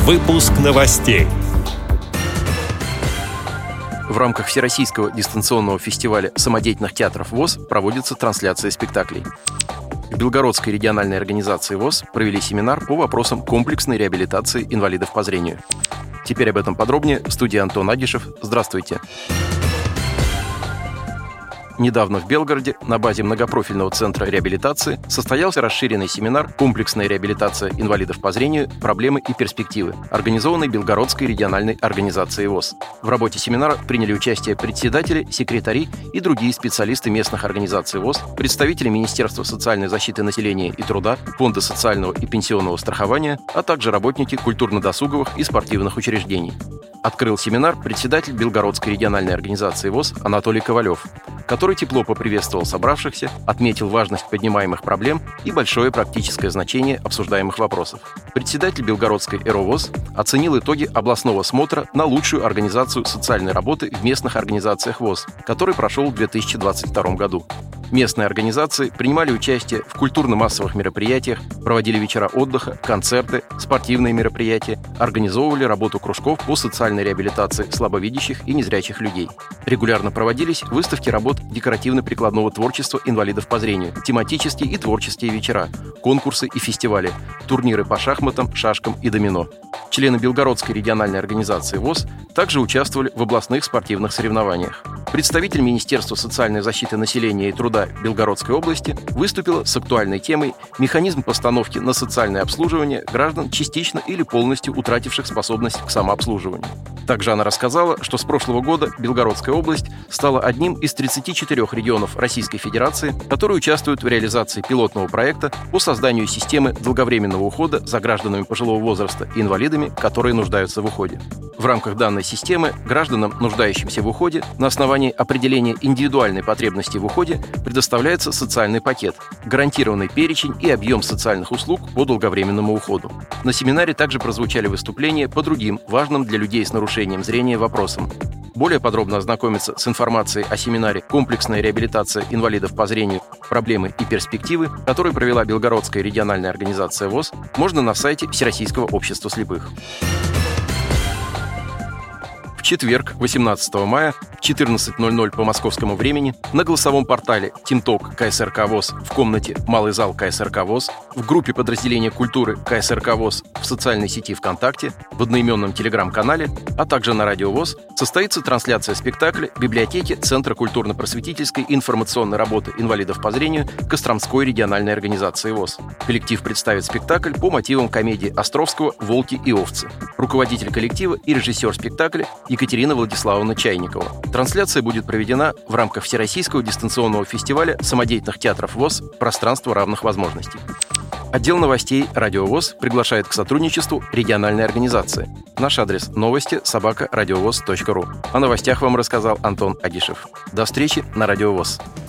Выпуск новостей. В рамках Всероссийского дистанционного фестиваля самодеятельных театров ВОС проводится трансляция спектаклей. В Белгородской региональной организации ВОС провели семинар по вопросам комплексной реабилитации инвалидов по зрению. Теперь об этом подробнее. В студии Антон Агишев. Здравствуйте. Недавно в Белгороде на базе многопрофильного центра реабилитации состоялся расширенный семинар «Комплексная реабилитация инвалидов по зрению. Проблемы и перспективы», организованный Белгородской региональной организацией ВОС. В работе семинара приняли участие председатели, секретари и другие специалисты местных организаций ВОС, представители Министерства социальной защиты населения и труда, Фонда социального и пенсионного страхования, а также работники культурно-досуговых и спортивных учреждений. Открыл семинар председатель Белгородской региональной организации ВОС Анатолий Ковалев, который тепло поприветствовал собравшихся, отметил важность поднимаемых проблем и большое практическое значение обсуждаемых вопросов. Председатель Белгородской РО ВОС оценил итоги областного смотра на лучшую организацию социальной работы в местных организациях ВОС, который прошел в 2022 году. Местные организации принимали участие в культурно-массовых мероприятиях, проводили вечера отдыха, концерты, спортивные мероприятия, организовывали работу кружков по социальной реабилитации слабовидящих и незрячих людей. Регулярно проводились выставки работ декоративно-прикладного творчества инвалидов по зрению, тематические и творческие вечера, конкурсы и фестивали, турниры по шахматам, шашкам и домино. Члены Белгородской региональной организации ВОС также участвовали в областных спортивных соревнованиях. Представитель Министерства социальной защиты населения и труда Белгородской области выступила с актуальной темой «Механизм постановки на социальное обслуживание граждан, частично или полностью утративших способность к самообслуживанию». Также она рассказала, что с прошлого года Белгородская область стала одним из 34 регионов Российской Федерации, которые участвуют в реализации пилотного проекта по созданию системы долговременного ухода за гражданами пожилого возраста и инвалидами, которые нуждаются в уходе. В рамках данной системы гражданам, нуждающимся в уходе, на основании определения индивидуальной потребности в уходе предоставляется социальный пакет, гарантированный перечень и объем социальных услуг по долговременному уходу. На семинаре также прозвучали выступления по другим важным для людей с нарушением зрения вопросам. Более подробно ознакомиться с информацией о семинаре «Комплексная реабилитация инвалидов по зрению. Проблемы и перспективы», который провела Белгородская региональная организация ВОС, можно на сайте Всероссийского общества слепых. В четверг, 18 мая, в 14:00 по московскому времени на голосовом портале ТимТок КСРК ВОС в комнате «Малый зал КСРК ВОС», в группе подразделения культуры КСРК ВОС в социальной сети ВКонтакте, в одноименном телеграм-канале, а также на радио ВОС состоится трансляция спектакля в библиотеке Центра культурно-просветительской и информационной работы инвалидов по зрению Костромской региональной организации ВОС. Коллектив представит спектакль по мотивам комедии Островского «Волки и овцы». Руководитель коллектива и режиссер спектакля Екатерина Владиславовна Чайникова. Трансляция будет проведена в рамках Всероссийского дистанционного фестиваля самодеятельных театров ВОС «Пространство равных возможностей». Отдел новостей «Радио ВОС» приглашает к сотрудничеству региональной организации. Наш адрес – новости@радиовос.ру. О новостях вам рассказал Антон Агишев. До встречи на Радио ВОС.